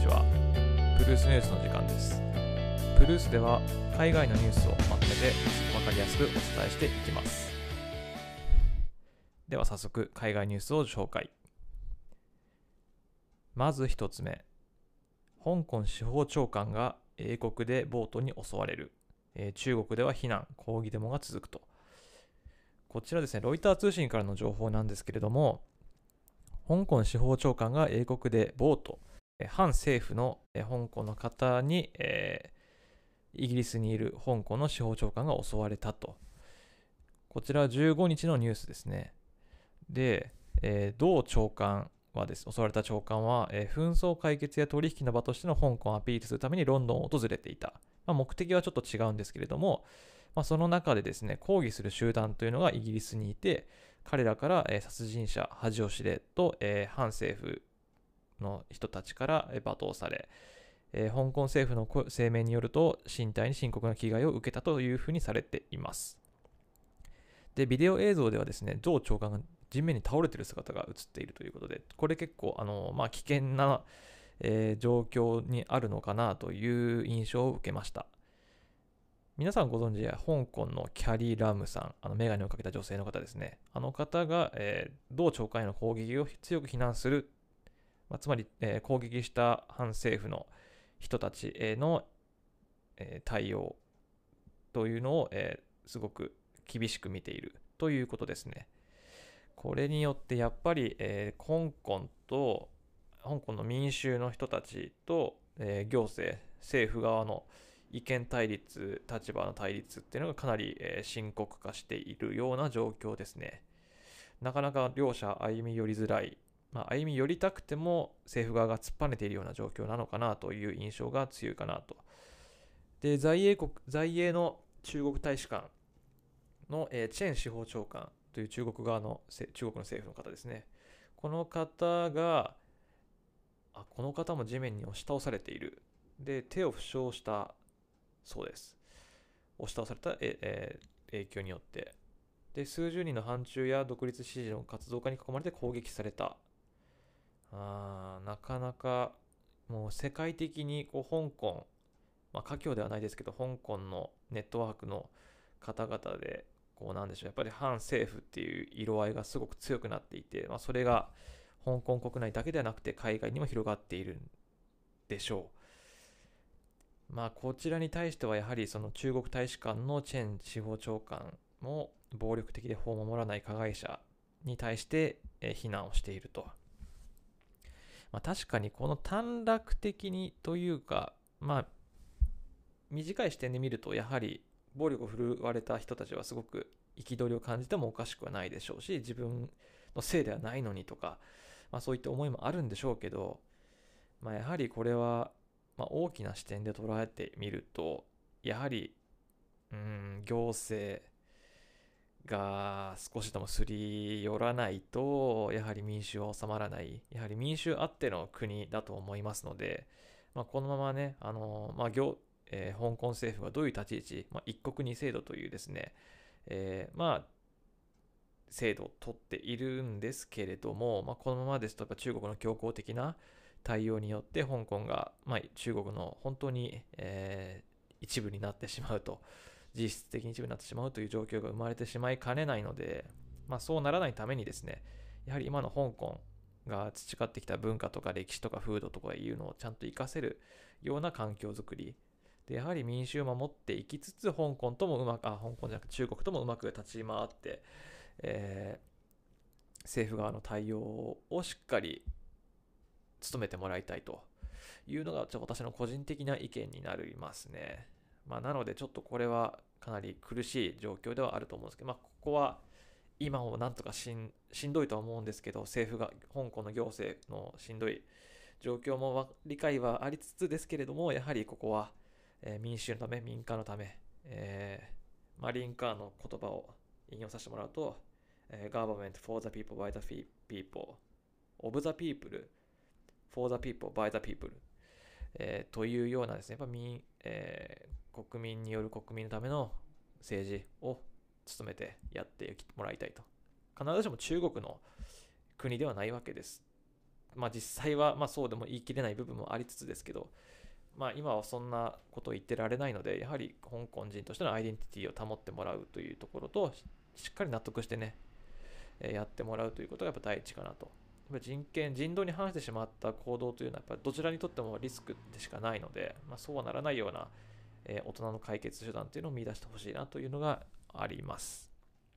ちは。プルースニュースの時間です。プルースでは海外のニュースをまとめて分かりやすくお伝えしていきます。では早速海外ニュースを紹介。まず一つ目、香港司法長官が英国で暴徒に襲われる。中国では非難、抗議デモが続くと。こちらですね、ロイター通信からの情報なんですけれども、香港司法長官が英国で暴徒、反政府の香港の方に、イギリスにいる香港の司法長官が襲われたと。こちらは15日のニュースですね。で、同長官はです、襲われた長官は、紛争解決や取引の場としての香港をアピールするためにロンドンを訪れていた。目的はちょっと違うんですけれども、その中でですね、抗議する集団というのがイギリスにいて、彼らから、殺人者、恥を知れと、反政府の人たちから罵倒され、香港政府の声明によると、身体に深刻な危害を受けたというふうにされています。で、ビデオ映像ではですね、同長官が地面に倒れている姿が映っているということで、これ結構危険な、状況にあるのかなという印象を受けました。皆さんご存知や香港のキャリー・ラムさん、メガネをかけた女性の方ですね。あの方が、同長官への攻撃を強く非難する、つまり、攻撃した反政府の人たちへの、対応というのを、すごく厳しく見ているということですね。これによってやっぱり、香港の民衆の人たちと、行政、政府側の意見対立、立場の対立っていうのがかなり、深刻化しているような状況ですね。なかなか両者歩み寄りづらい、歩み寄りたくても政府側が突っぱねているような状況なのかなという印象が強いかなと。で、在英の中国大使館の、チェン司法長官という中国の政府の方ですね。この方も地面に押し倒されている。で、手を負傷したそうです。押し倒された、影響によって。で、数十人の反中や独立支持の活動家に囲まれて攻撃された。なかなかもう世界的に香港、華僑ではないですけど、香港のネットワークの方々で、なんでしょう、やっぱり反政府っていう色合いがすごく強くなっていて、それが香港国内だけではなくて海外にも広がっているんでしょう。こちらに対してはやはりその中国大使館のチェン司法長官も暴力的で法を守らない加害者に対して非難をしていると。確かにこの短絡的にというか、短い視点で見るとやはり暴力を振るわれた人たちはすごく憤りを感じてもおかしくはないでしょうし、自分のせいではないのにとか、そういった思いもあるんでしょうけど、やはりこれは大きな視点で捉えてみると、やはり行政が少しでもすり寄らないと、やはり民衆は収まらない、やはり民衆あっての国だと思いますので、このままね、香港政府がどういう立ち位置、一国二制度というですね、制度を取っているんですけれども、このままですとやっぱ中国の強硬的な対応によって香港が、中国の本当に、一部になってしまうと、実質的に一部になってしまうという状況が生まれてしまいかねないので、そうならないためにですね、やはり今の香港が培ってきた文化とか歴史とか風土とかいうのをちゃんと活かせるような環境づくりで、やはり民衆を守っていきつつ、香港とも香港じゃなくて中国ともうまく立ち回って、政府側の対応をしっかり努めてもらいたいというのが私の個人的な意見になりますね。なのでちょっとこれはかなり苦しい状況ではあると思うんですけど、ここは今もなんとかしんどいとは思うんですけど、政府が香港の行政のしんどい状況も理解はありつつですけれども、やはりここは、民衆のため、民間のため、リンカーンの言葉を引用させてもらうと、Government for the people, by the people, of the people, for the people, by the people、というようなですね、やっぱ国民による国民のための政治を努めてやってもらいたいと。必ずしも中国の国ではないわけです。 実際はそうでも言い切れない部分もありつつですけど、今はそんなことを言ってられないので、やはり香港人としてのアイデンティティを保ってもらうというところと、しっかり納得してね、やってもらうということがやっぱ第一かなと。人道に反してしまった行動というのはやっぱどちらにとってもリスクでしかないので、そうはならないような、大人の解決手段というのを見出してほしいなというのがあります。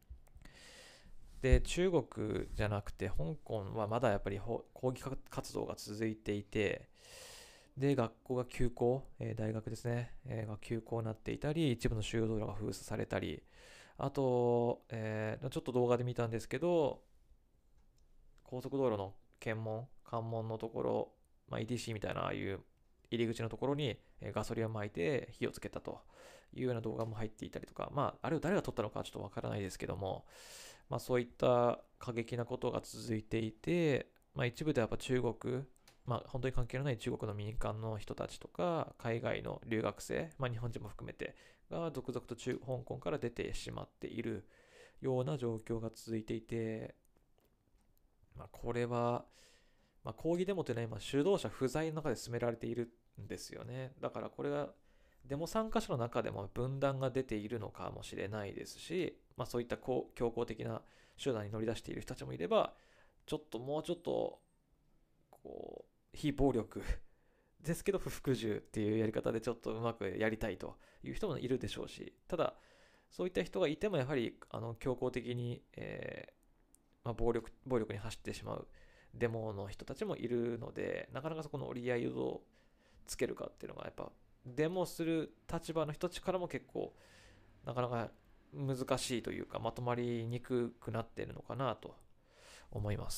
で、中国じゃなくて香港はまだやっぱり抗議活動が続いていて、で、学校が休校、大学ですね、が休校になっていたり、一部の主要道路が封鎖されたり、あと、ちょっと動画で見たんですけど、高速道路の関門のところ、ETC みたいなああいう入り口のところにガソリンを撒いて火をつけたというような動画も入っていたりとか、あれを誰が撮ったのかちょっとわからないですけども、そういった過激なことが続いていて、一部ではやっぱ中国、本当に関係のない中国の民間の人たちとか、海外の留学生、日本人も含めて、が続々と香港から出てしまっているような状況が続いていて、これは、抗議デモというのは今、主導者不在の中で進められているんですよね。だからこれが、デモ参加者の中でも分断が出ているのかもしれないですし、そういった強硬的な手段に乗り出している人たちもいれば、もうちょっと、非暴力ですけど不服従っていうやり方でちょっとうまくやりたいという人もいるでしょうし、ただ、そういった人がいてもやはり強硬的に、暴力に走ってしまうデモの人たちもいるので、なかなかそこの折り合いをどうつけるかっていうのがやっぱデモする立場の人たちからも結構なかなか難しいというか、まとまりにくくなっているのかなと思います。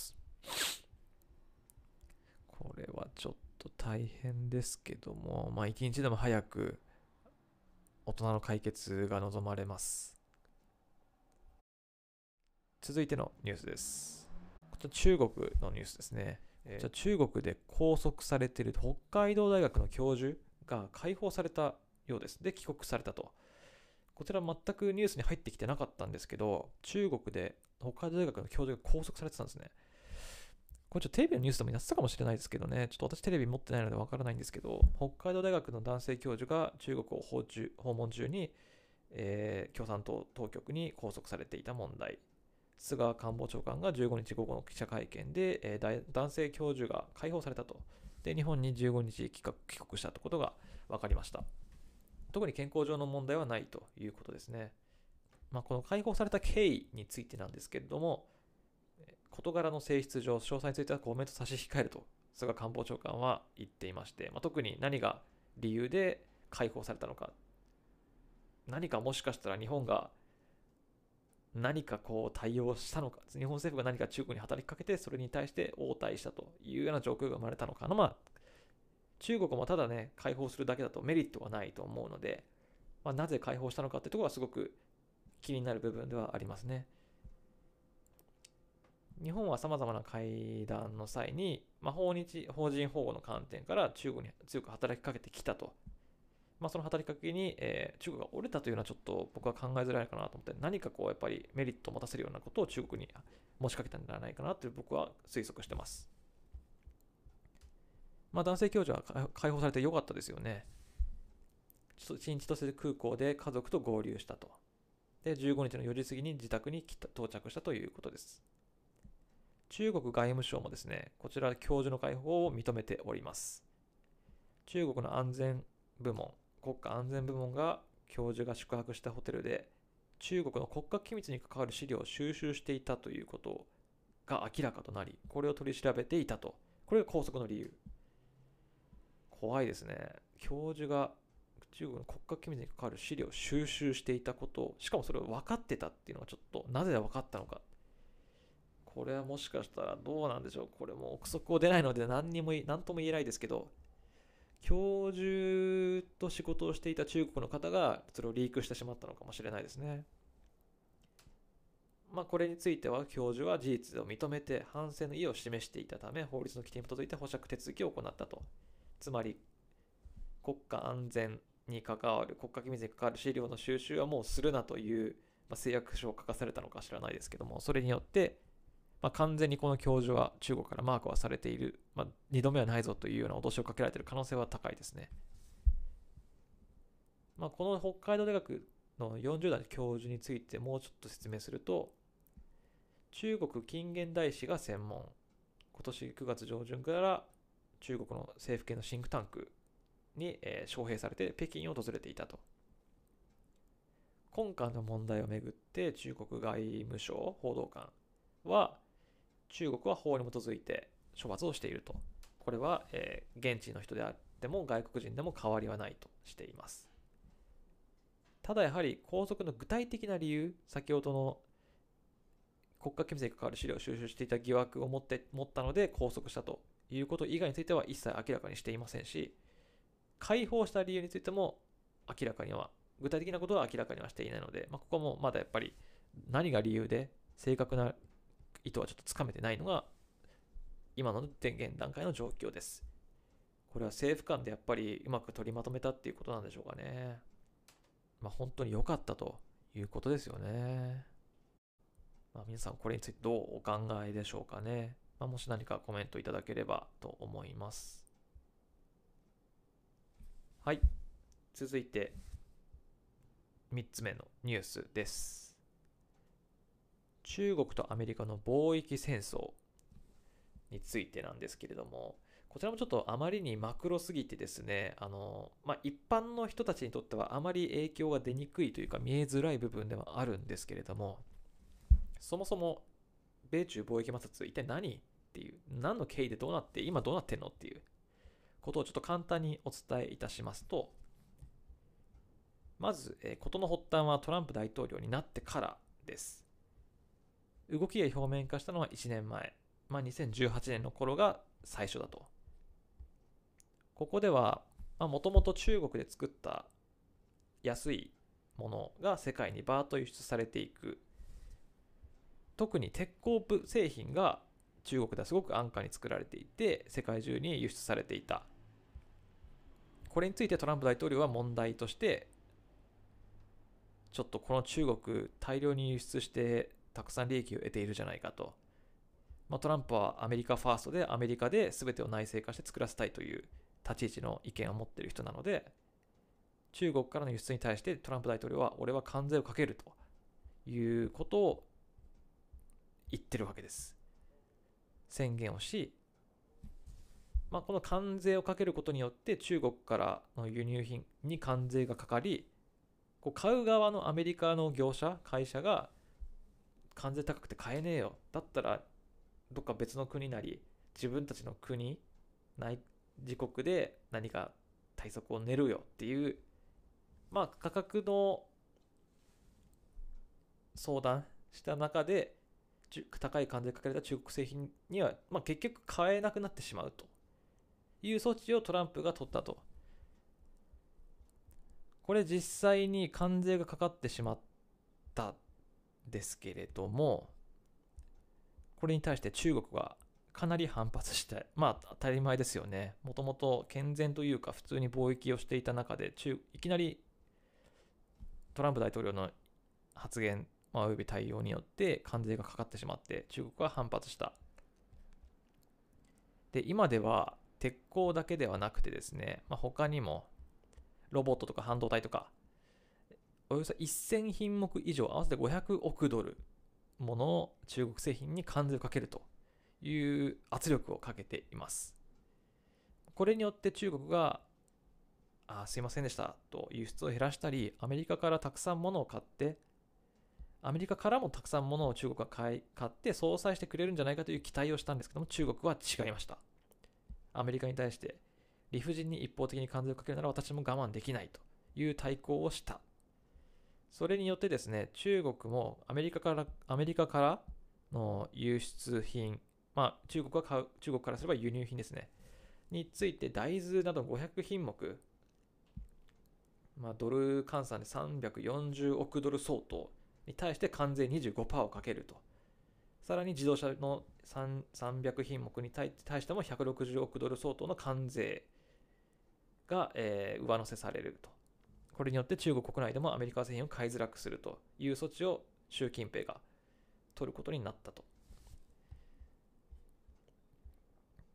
これはちょっと大変ですけども、一日でも早く大人の解決が望まれます。続いてのニュースです。こちら中国のニュースですね。中国で拘束されている北海道大学の教授が解放されたようです。で、帰国されたと。こちら全くニュースに入ってきてなかったんですけど、中国で北海道大学の教授が拘束されてたんですね。これちょっとテレビのニュースでもやってたかもしれないですけどね、ちょっと私テレビ持ってないのでわからないんですけど、北海道大学の男性教授が中国を訪問中に、共産党当局に拘束されていた問題。菅官房長官が15日午後の記者会見で、男性教授が解放されたと。で、日本に15日帰国したということが分かりました。特に健康上の問題はないということですね。この解放された経緯についてなんですけれども、事柄の性質上、詳細についてはコメント差し控えると、菅官房長官は言っていまして、特に何が理由で解放されたのか、何かもしかしたら日本が何か対応したのか、日本政府が何か中国に働きかけて、それに対して応対したというような状況が生まれたのかな。中国もただね、解放するだけだとメリットがないと思うので、なぜ解放したのかってところはすごく気になる部分ではありますね。日本は様々な会談の際に、法人保護の観点から中国に強く働きかけてきたと。その働きかけに、中国が折れたというのはちょっと僕は考えづらいかなと思って、何かやっぱりメリットを持たせるようなことを中国に持ちかけたんではないかなと僕は推測してます。男性教授は解放されてよかったですよね。新千歳空港で家族と合流したと。で、15日の4時過ぎに自宅に到着したということです。中国外務省もですね、こちら教授の解放を認めております。中国の国家安全部門が教授が宿泊したホテルで中国の国家機密に関わる資料を収集していたということが明らかとなり、これを取り調べていたと。これが拘束の理由。怖いですね。教授が中国の国家機密に関わる資料を収集していたこと、しかもそれを分かってたっていうのはちょっとなぜ分かったのか。これはもしかしたらどうなんでしょう。これも憶測を出ないので何とも言えないですけど、教授と仕事をしていた中国の方がそれをリークしてしまったのかもしれないですね。これについては教授は事実を認めて反省の意を示していたため、法律の規定に基づいて保釈手続きを行ったと。つまり国家安全に関わる、国家機密に関わる資料の収集はもうするなという、誓約書を書かされたのか知らないですけども、それによって完全にこの教授は中国からマークはされている、2度目はないぞというような脅しをかけられている可能性は高いですね。この北海道大学の40代の教授についてもうちょっと説明すると、中国近現代史が専門、今年9月上旬から中国の政府系のシンクタンクに招聘されて北京を訪れていたと。今回の問題をめぐって中国外務省報道官は、中国は法に基づいて処罰をしていると。これは、現地の人であっても外国人でも変わりはないとしています。ただやはり拘束の具体的な理由、先ほどの国家機密に関わる資料を収集していた疑惑を持ったので拘束したということ以外については一切明らかにしていませんし、解放した理由についても明らかには、具体的なことは明らかにはしていないので、ここもまだやっぱり何が理由で正確な意図はちょっとつかめてないのが今の現段階の状況です。これは政府間でやっぱりうまく取りまとめたっていうことなんでしょうかね。本当に良かったということですよね。皆さんこれについてどうお考えでしょうかね。もし何かコメントいただければと思います。はい。続いて3つ目のニュースです。中国とアメリカの貿易戦争についてなんですけれども、こちらもちょっとあまりにマクロすぎてですね、一般の人たちにとってはあまり影響が出にくいというか見えづらい部分ではあるんですけれども、そもそも米中貿易摩擦一体何っていう、何の経緯でどうなって、今どうなってんのっていうことをちょっと簡単にお伝えいたしますと、まず、事の発端はトランプ大統領になってからです。動きが表面化したのは1年前、2018年の頃が最初だと。ここでは、もともと中国で作った安いものが世界にバーッと輸出されていく。特に鉄鋼部製品が中国ではすごく安価に作られていて、世界中に輸出されていた。これについてトランプ大統領は問題として、ちょっとこの中国大量に輸出してたくさん利益を得ているじゃないかと。トランプはアメリカファーストでアメリカで全てを内製化して作らせたいという立ち位置の意見を持っている人なので、中国からの輸出に対してトランプ大統領は俺は関税をかけるということを言ってるわけです。宣言をし、この関税をかけることによって中国からの輸入品に関税がかかり、買う側のアメリカの業者、会社が関税高くて買えねえよ。だったらどっか別の国なり自分たちの国、自国で何か対策を練るよっていう、価格の相談した中で高い関税かけられた中国製品には、結局買えなくなってしまうという措置をトランプが取ったと。これ実際に関税がかかってしまったんですけれども、これに対して中国はかなり反発して、当たり前ですよね。もともと健全というか普通に貿易をしていた中で、いきなりトランプ大統領の発言、および対応によって関税がかかってしまって中国は反発した。で、今では鉄鋼だけではなくてですね、他にもロボットとか半導体とか、およそ1000品目以上、合わせて500億ドルものを中国製品に関税をかけるという圧力をかけています。これによって中国が、すいませんでしたと輸出を減らしたり、アメリカからたくさん物を買って、アメリカからもたくさん物を中国が買って相殺してくれるんじゃないかという期待をしたんですけども、中国は違いました。アメリカに対して理不尽に一方的に関税をかけるなら私も我慢できないという対抗をした。それによってですね、中国もアメリカからの輸出品、中国からすれば輸入品ですね、について大豆など500品目、ドル換算で340億ドル相当に対して関税 25% をかけると。さらに自動車の300品目に対しても160億ドル相当の関税が、上乗せされると。これによって中国国内でもアメリカ製品を買いづらくするという措置を習近平が取ることになったと。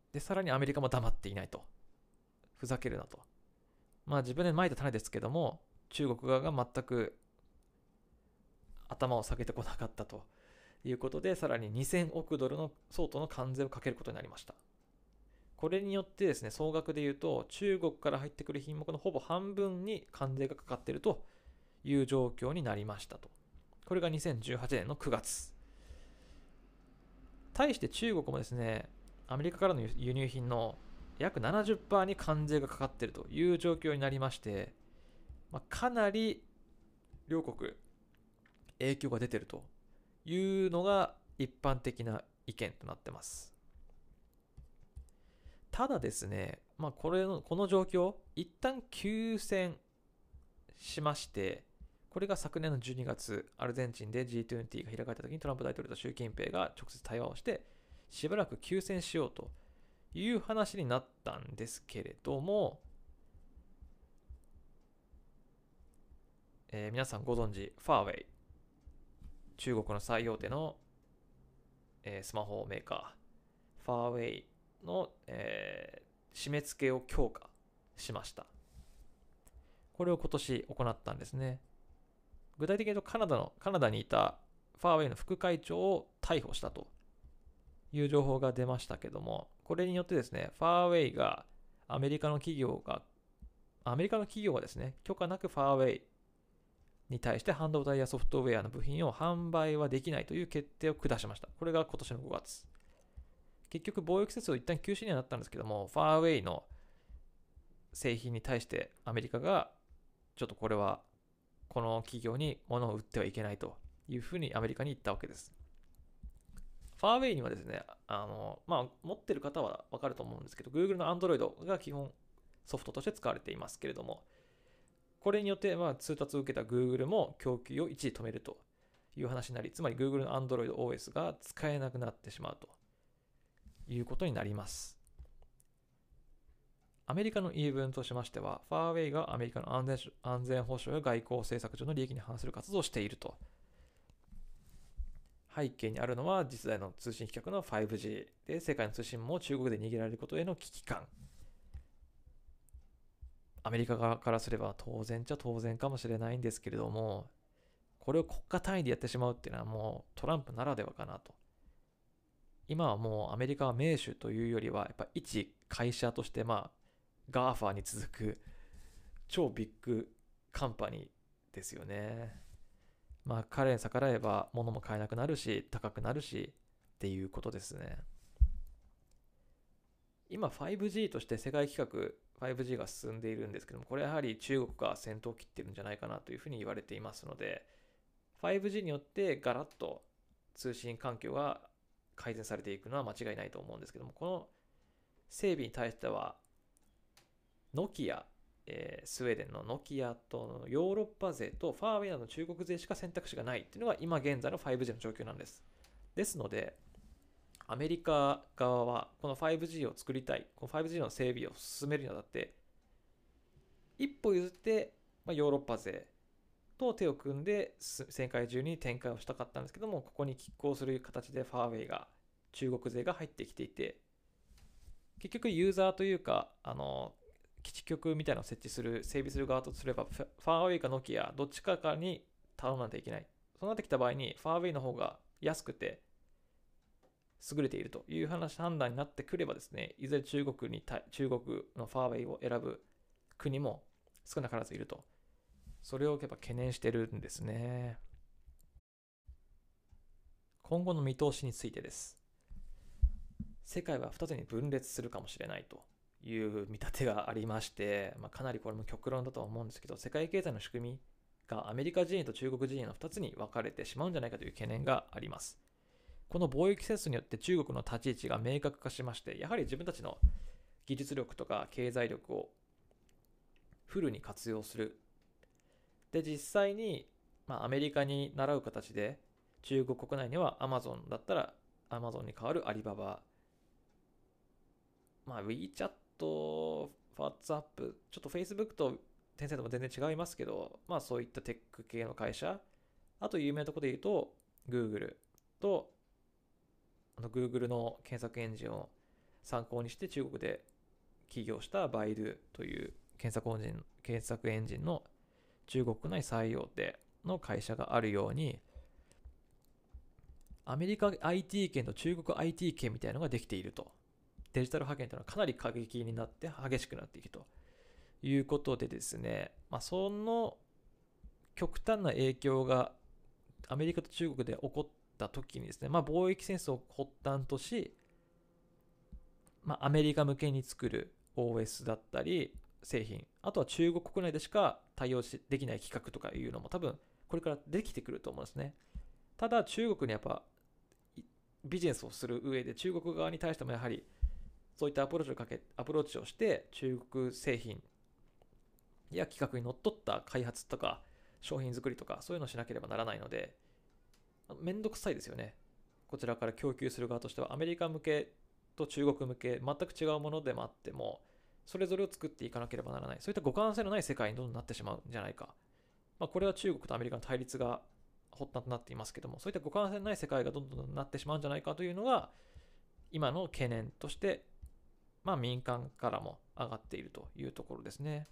で、さらにアメリカも黙っていないと。ふざけるなと。まあ自分でまいた種ですけども、中国側が全く頭を下げてこなかったということで、さらに2000億ドルの相当の関税をかけることになりました。これによってですね、総額で言うと、中国から入ってくる品目のほぼ半分に関税がかかっているという状況になりましたと。これが2018年の9月。対して中国もですね、アメリカからの輸入品の約 70% に関税がかかっているという状況になりまして、かなり両国影響が出ているというのが一般的な意見となってます。ただですね、この状況、一旦休戦しまして、これが昨年の12月、アルゼンチンで G20 が開かれた時にトランプ大統領と習近平が直接対話をして、しばらく休戦しようという話になったんですけれども、皆さんご存知、ファーウェイ、中国の最大手の、スマホメーカー、ファーウェイの、締め付けを強化しました。これを今年行ったんですね。具体的に言うとカナダにいたファーウェイの副会長を逮捕したという情報が出ましたけども、これによってですね、ファーウェイがアメリカの企業がですね、許可なくファーウェイに対して半導体やソフトウェアの部品を販売はできないという決定を下しました。これが今年の5月。結局貿易節を一旦休止にはなったんですけども、ファーウェイの製品に対してアメリカがちょっとこれはこの企業に物を売ってはいけないというふうにアメリカに言ったわけです。ファーウェイにはですね、持ってる方はわかると思うんですけど、Google の Android が基本ソフトとして使われていますけれども、これによって通達を受けた Google も供給を一時止めるという話になり、つまり Google の Android OS が使えなくなってしまうということになります。アメリカの言い分としましては、ファーウェイがアメリカの安全保障や外交政策上の利益に反する活動をしていると。背景にあるのは次世代の通信規格の 5G で、世界の通信も中国で握られることへの危機感。アメリカ側からすれば当然っちゃ当然かもしれないんですけれども、これを国家単位でやってしまうっていうのはもうトランプならではかなと。今はもうアメリカは盟主というよりは、やっぱ一会社としてGAFA に続く超ビッグカンパニーですよね。彼に逆らえば物も買えなくなるし、高くなるしっていうことですね。今 5G として世界規格 5G が進んでいるんですけども、これやはり中国が先頭を切ってるんじゃないかなというふうに言われていますので、5G によってガラッと通信環境が改善されていくのは間違いないと思うんですけども、この整備に対してはノキア、スウェーデンのノキアとヨーロッパ勢とファーウェイなどの中国勢しか選択肢がないっていうのが今現在の 5G の状況なんです。ですので、アメリカ側はこの 5G を作りたい、この 5G の整備を進めるにあたって、一歩譲って、ヨーロッパ勢と手を組んで世界中に展開をしたかったんですけども、ここに拮抗する形でファーウェイが、中国勢が入ってきていて、結局ユーザーというか、基地局みたいなのを設置する、整備する側とすれば、ファーウェイかノキア、どっちかに頼まないといけない。そうなってきた場合に、ファーウェイの方が安くて、優れているという判断になってくればですね、いずれ中国のファーウェイを選ぶ国も少なからずいると。それをやっぱ懸念してるんですね。今後の見通しについてです。世界は2つに分裂するかもしれないという見立てがありまして、かなりこれも極論だとは思うんですけど、世界経済の仕組みがアメリカ人と中国人の2つに分かれてしまうんじゃないかという懸念があります。この貿易戦争によって中国の立ち位置が明確化しまして、やはり自分たちの技術力とか経済力をフルに活用する。で、実際に、アメリカに習う形で、中国国内には Amazon だったら Amazon に代わるアリババ、WeChat、WhatsApp、ちょっと Facebook とテンセントも全然違いますけど、そういったテック系の会社、あと有名なところで言うと、Google とGoogle の検索エンジンを参考にして中国で起業したバイドゥという検索エンジンの中国内最大手の会社があるように、アメリカ IT 圏と中国 IT 圏みたいなのができていると。デジタル覇権というのはかなり過激になって激しくなっていくということでですね、その極端な影響がアメリカと中国で起こった時にですね、貿易戦争を発端とし、アメリカ向けに作る OS だったり製品、あとは中国国内でしか対応できない企画とかいうのも多分これからできてくると思うんですね。ただ中国にやっぱビジネスをする上で中国側に対してもやはりそういったアプローチをして中国製品や企画にのっとった開発とか商品作りとかそういうのをしなければならないので、めんどくさいですよね。こちらから供給する側としてはアメリカ向けと中国向け全く違うものでもあってもそれぞれを作っていかなければならない、そういった互換性のない世界にどんどんなってしまうんじゃないか。これは中国とアメリカの対立が発端となっていますけども、そういった互換性のない世界がどんどんなってしまうんじゃないかというのが今の懸念として民間からも上がっているというところですね。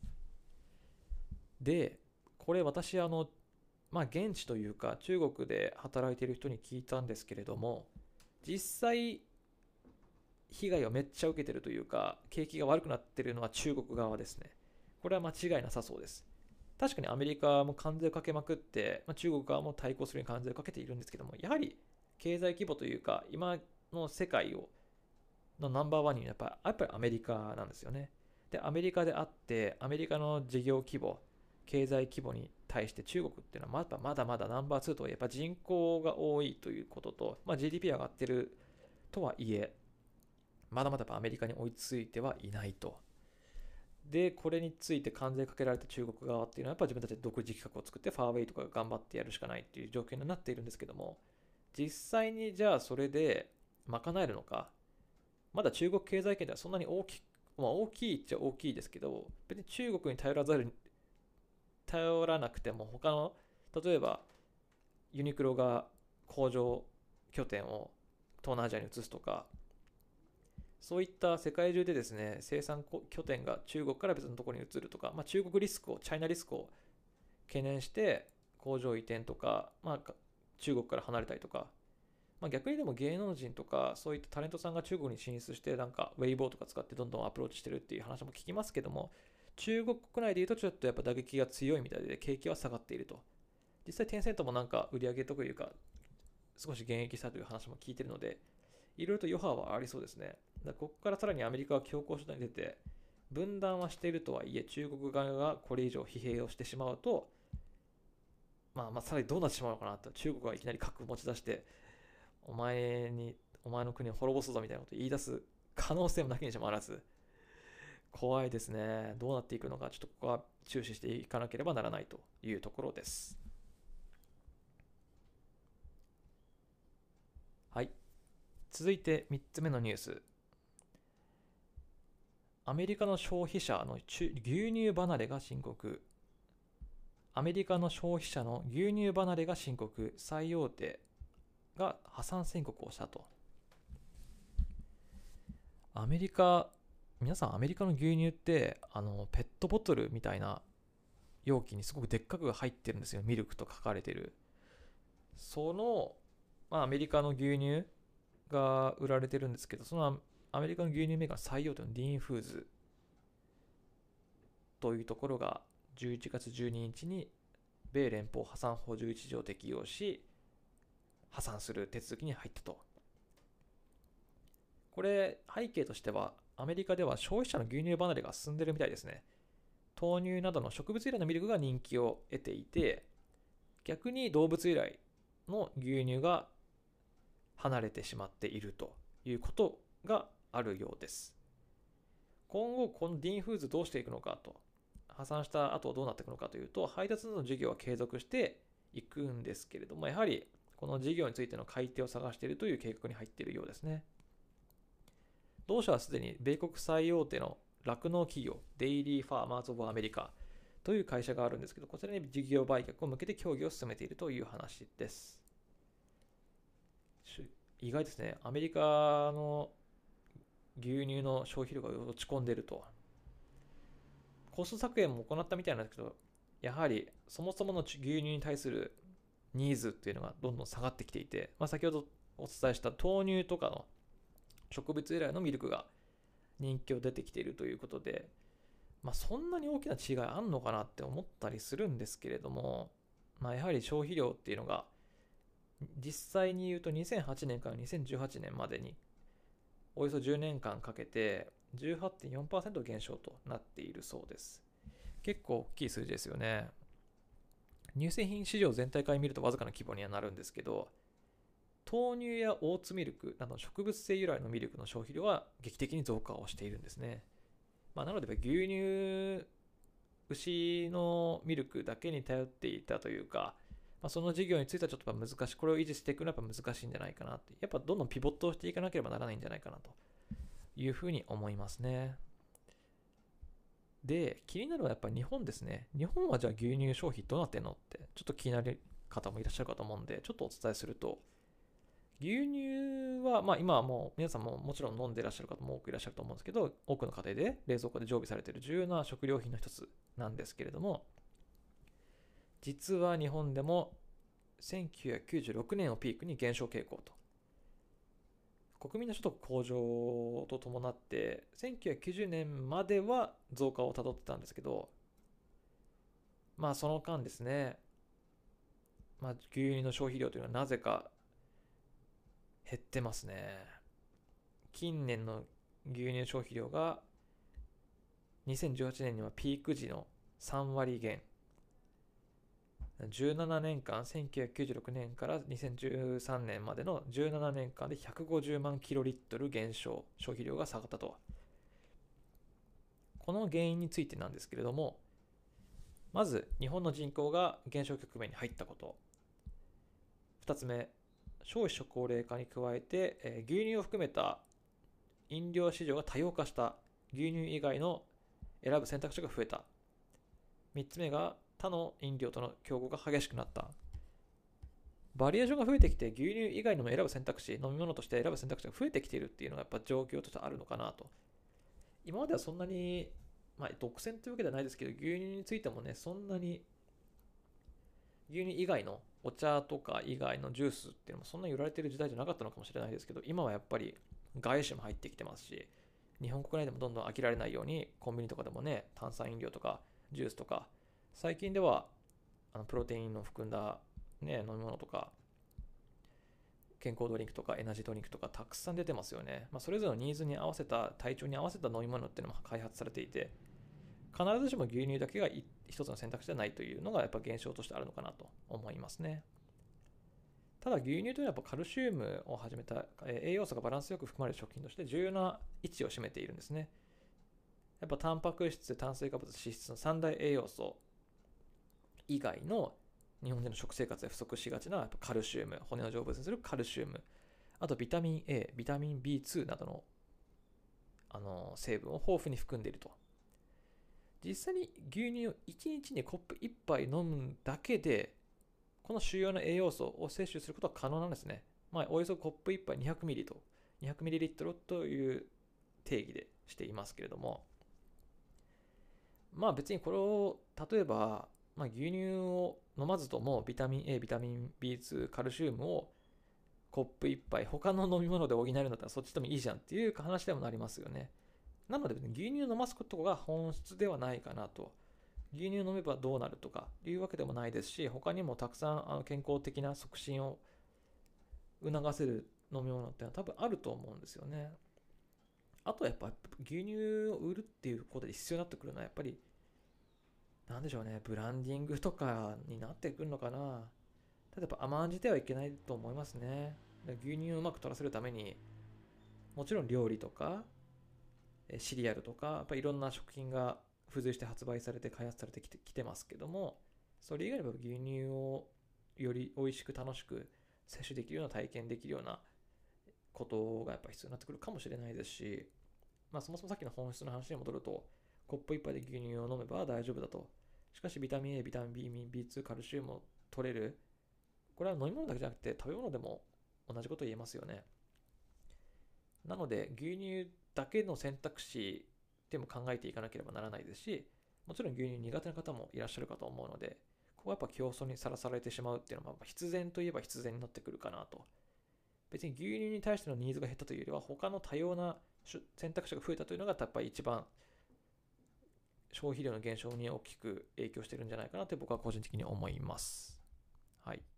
で、これ私現地というか中国で働いている人に聞いたんですけれども、実際被害をめっちゃ受けてるというか景気が悪くなっているのは中国側ですね。これは間違いなさそうです。確かにアメリカも関税をかけまくって、中国側も対抗するように関税をかけているんですけども、やはり経済規模というか今の世界のナンバーワンにやっぱりアメリカなんですよね。で、アメリカであって、アメリカの事業規模、経済規模に対して中国っていうのはまだまだナンバー2とはいえ、やっぱ人口が多いということと、GDP 上がってるとはいえ、まだまだやっぱアメリカに追いついてはいないと。で、これについて関税かけられた中国側っていうのはやっぱ自分たちで独自企画を作ってファーウェイとかが頑張ってやるしかないっていう状況になっているんですけども、実際にじゃあそれで賄えるのか。まだ中国経済圏ではそんなに大きいっちゃ大きいですけど、別に中国に頼らなくても他の、例えばユニクロが工場拠点を東南アジアに移すとか、そういった世界中でですね、生産拠点が中国から別のところに移るとか、中国リスクチャイナリスクを懸念して工場移転とか、中国から離れたりとか、逆にでも芸能人とかそういったタレントさんが中国に進出してウェイボーとか使ってどんどんアプローチしてるっていう話も聞きますけども、中国国内でいうとちょっとやっぱ打撃が強いみたいで景気は下がっていると。実際テンセントも売り上げというか少し減益したという話も聞いてるので、いろいろと余波はありそうですね。ここからさらにアメリカは強硬手段に出て分断はしているとはいえ、中国側がこれ以上疲弊をしてしまうと、さらにどうなってしまうのかなと。中国がいきなり核持ち出してお前の国を滅ぼすぞみたいなことを言い出す可能性もなきにしもあらず、怖いですね。どうなっていくのか、ちょっとここは注視していかなければならないというところです。はい。続いて3つ目のニュース。アメリカの消費者の牛乳離れが深刻。アメリカの消費者の牛乳離れが深刻。最大手が破産宣告をしたと。皆さんアメリカの牛乳ってペットボトルみたいな容器にすごくでっかく入ってるんですよ。ミルクと書かれてる。その、アメリカの牛乳が売られてるんですけど、そのアメリカの牛乳メーカー最大手のディーンフーズというところが11月12日に米連邦破産法11条を適用し破産する手続きに入ったと。これ背景としてはアメリカでは消費者の牛乳離れが進んでるみたいですね。豆乳などの植物由来のミルクが人気を得ていて、逆に動物由来の牛乳が離れてしまっているということがあるようです。今後このディーンフーズどうしていくのかと、破産した後どうなっていくのかというと、配達などの事業は継続していくんですけれども、やはりこの事業についての買い手を探しているという計画に入っているようですね。同社はすでに米国最大手の酪農企業デイリーファーマーズ・オブ・アメリカという会社があるんですけど、こちらに事業売却を向けて協議を進めているという話です。意外ですね。アメリカの牛乳の消費量が落ち込んでいると。コスト削減も行ったみたいなんですけど、やはりそもそもの牛乳に対するニーズっていうのがどんどん下がってきていて、先ほどお伝えした豆乳とかの植物由来のミルクが人気を出てきているということで、そんなに大きな違いあんのかなって思ったりするんですけれども、やはり消費量っていうのが実際に言うと2008年から2018年までにおよそ10年間かけて 18.4% 減少となっているそうです。結構大きい数字ですよね。乳製品市場全体から見るとわずかな規模にはなるんですけど、豆乳やオーツミルクなど植物性由来のミルクの消費量は劇的に増加をしているんですね。なので牛乳、牛のミルクだけに頼っていたというか、その事業についてはちょっと難しい、これを維持していくのはやっぱ難しいんじゃないかなって、やっぱどんどんピボットをしていかなければならないんじゃないかなというふうに思いますね。で、気になるのはやっぱり日本ですね。日本はじゃあ牛乳消費どうなってんのってちょっと気になる方もいらっしゃるかと思うんで、ちょっとお伝えすると、牛乳は、今はもう皆さんももちろん飲んでいらっしゃる方も多くいらっしゃると思うんですけど、多くの家庭で冷蔵庫で常備されている重要な食料品の一つなんですけれども、実は日本でも1996年をピークに減少傾向と。国民の所得向上と伴って1990年までは増加をたどってたんですけど、その間ですね、牛乳の消費量というのはなぜか減ってますね。近年の牛乳消費量が2018年にはピーク時の3割減。17年間、1996年から2013年までの17年間で150万キロリットル減少、消費量が下がったと。この原因についてなんですけれども、まず日本の人口が減少局面に入ったこと。2つ目、消費者高齢化に加えて、牛乳を含めた飲料市場が多様化した。牛乳以外の選ぶ選択肢が増えた。3つ目が他の飲料との競合が激しくなった。バリエーションが増えてきて牛乳以外にも選ぶ選択肢、飲み物として選ぶ選択肢が増えてきているっていうのがやっぱ状況としてあるのかなと。今まではそんなに、独占というわけではないですけど、牛乳についてもね、そんなに牛乳以外のお茶とか以外のジュースっていうのもそんなに売られている時代じゃなかったのかもしれないですけど、今はやっぱり外酒も入ってきてますし、日本国内でもどんどん飽きられないようにコンビニとかでもね、炭酸飲料とかジュースとか、最近ではプロテインの含んだ、飲み物とか健康ドリンクとかエナジードリンクとかたくさん出てますよね。それぞれのニーズに合わせた、体調に合わせた飲み物っていうのも開発されていて、必ずしも牛乳だけが一つの選択肢じゃないというのがやっぱ現象としてあるのかなと思いますね。ただ牛乳というのはやっぱカルシウムをはじめた栄養素がバランスよく含まれる食品として重要な位置を占めているんですね。やっぱタンパク質、炭水化物、脂質の三大栄養素以外の日本人の食生活で不足しがちなやっぱカルシウム、骨の丈夫にするカルシウム、あとビタミン A、ビタミン B2 などの成分を豊富に含んでいると。実際に牛乳を1日にコップ1杯飲むだけでこの主要な栄養素を摂取することは可能なんですね。およそコップ1杯200ミリと200ミリリットルという定義でしていますけれども、別にこれを例えば、牛乳を飲まずともビタミン A、ビタミン B2、カルシウムをコップ1杯他の飲み物で補えるんだったらそっちでもいいじゃんっていう話でもなりますよね。なので牛乳を飲ますことが本質ではないかなと。牛乳を飲めばどうなるとかいうわけでもないですし、他にもたくさん健康的な促進を促せる飲み物ってのは多分あると思うんですよね。あとはやっぱ牛乳を売るっていうことで必要になってくるのはやっぱりなんでしょうね、ブランディングとかになってくるのかな。ただやっぱ甘んじてはいけないと思いますね。牛乳をうまく取らせるためにもちろん料理とかシリアルとかやっぱいろんな食品が付随して発売されて開発されてきてますけども、それ以外にも牛乳をより美味しく楽しく摂取できるような体験できるようなことがやっぱ必要になってくるかもしれないですし、そもそもさっきの本質の話に戻ると、コップ一杯で牛乳を飲めば大丈夫だと。しかしビタミン A、ビタミン B、B2、カルシウムを取れる。これは飲み物だけじゃなくて食べ物でも同じこと言えますよね。なので牛乳だけの選択肢でも考えていかなければならないですし、もちろん牛乳苦手な方もいらっしゃるかと思うので、ここはやっぱ競争にさらされてしまうっていうのは必然といえば必然になってくるかなと。別に牛乳に対してのニーズが減ったというよりは、他の多様な選択肢が増えたというのがやっぱり一番消費量の減少に大きく影響してるんじゃないかなと僕は個人的に思います。はい。